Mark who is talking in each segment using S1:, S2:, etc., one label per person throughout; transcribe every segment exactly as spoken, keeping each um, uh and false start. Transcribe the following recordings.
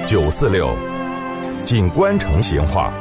S1: 九四六，锦官城闲话。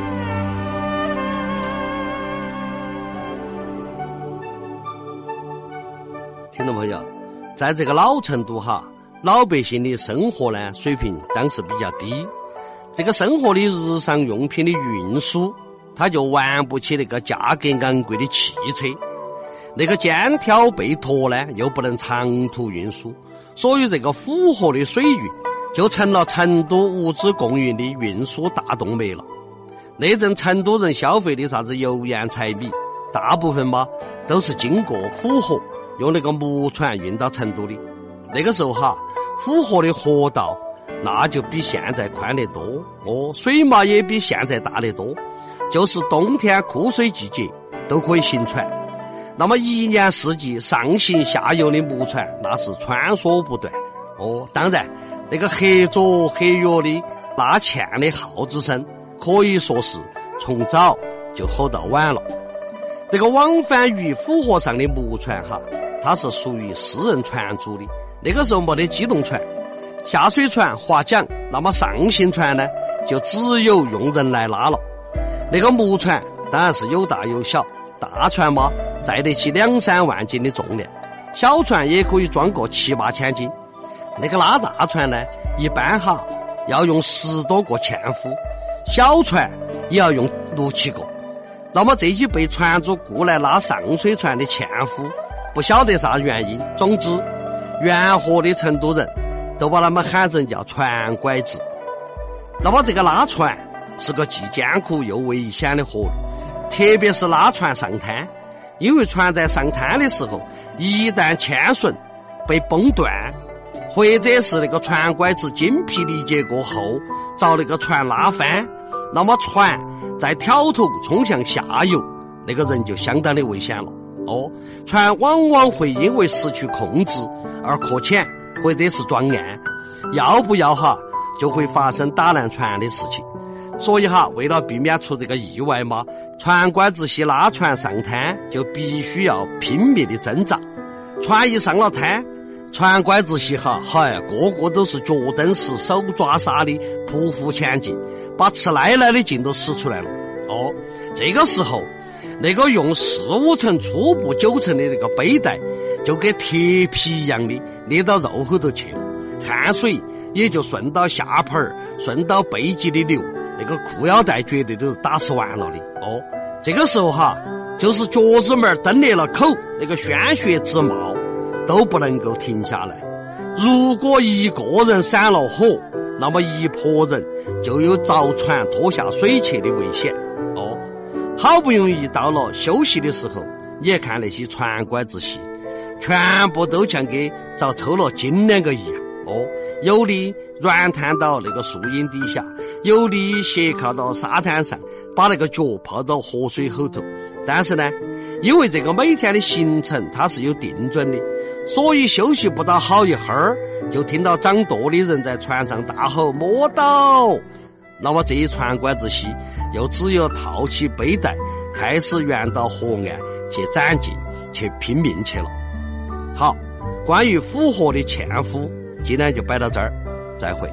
S2: 听众朋友，在这个老成都哈，老百姓的生活呢水平当时比较低，这个生活的日常用品的运输，它就玩不起那个价格昂贵的汽车，那个肩挑背驮呢又不能长途运输，所以这个府河的水运就成了成都物资供应的运输大动脉了。那阵成都人消费的啥子油盐柴米，大部分嘛都是经过府河，用那个木船运到成都的。那个时候哈，府河的河道那就比现在宽得多哦，水嘛也比现在大得多，就是冬天枯水季节都可以行船。那么一年四季上行下游的木船那是穿梭不断哦。当然那个黑左黑右的拉纤的号子声可以说是从早就吼到晚了。那个往返于府河上的木船哈，它是属于私人船主的，那个时候没得机动船，下水船划桨，那么上行船呢就只有用人来拉了。那个木船当然是有大有小，大船嘛载得起两三万斤的重量，小船也可以装个七八千斤。那个拉大船呢一般哈要用十多个纤夫，小船也要用六七个。那么这些被船主雇来拉上水船的纤夫不晓得啥原因，总之元和的成都人都把他们喊成叫船拐子。那么这个拉船是个既艰苦又危险的活路，特别是拉船上滩，因为船在上滩的时候，一旦牵绳被崩断，或者是那个船拐子精疲力竭过后找那个船拉翻，那么船在挑头冲向下游，那个人就相当的危险了哦。船往往会因为失去控制而搁浅，或者是撞岸，要不要哈就会发生打烂船的事情。所以哈，为了避免出这个意外嘛，船拐子系拉船上滩就必须要拼命的挣扎。船一上了滩，船拐子系哈，嗨，个个都是脚蹬实手抓沙的匍匐前进，把吃奶奶的劲都使出来了哦。这个时候那个用四五层粗布九层的那个背带就跟铁皮一样的捏到肉后头去了，汗水也就顺到下盘顺到背脊的流，那个裤腰带绝对都是打湿完了的哦。这个时候哈，就是脚趾门蹬裂了口，那个鲜血直冒都不能够停下来。如果一个人闪了火，那么一拨人就有遭船拖下水去的危险哦。好不容易到了休息的时候，你也看那些船拐子戏，全部都像给遭抽了筋两个一样哦。有的软瘫到那个树荫底下，有的斜靠到沙滩上，把那个脚泡到河水后头。但是呢，因为这个每天的行程它是有定准的，所以休息不到好一会儿，就听到掌舵的人在船上大吼摸到。那么这一船拐子戏又只有套起背带，开始圆到河岸去攒劲去拼命去了。好，关于府河的纤夫今天就摆到这儿，再会。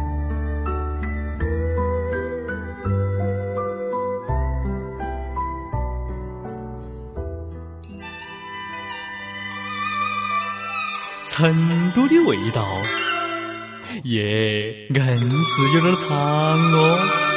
S3: 成都的味道，耶，硬是有点长哦。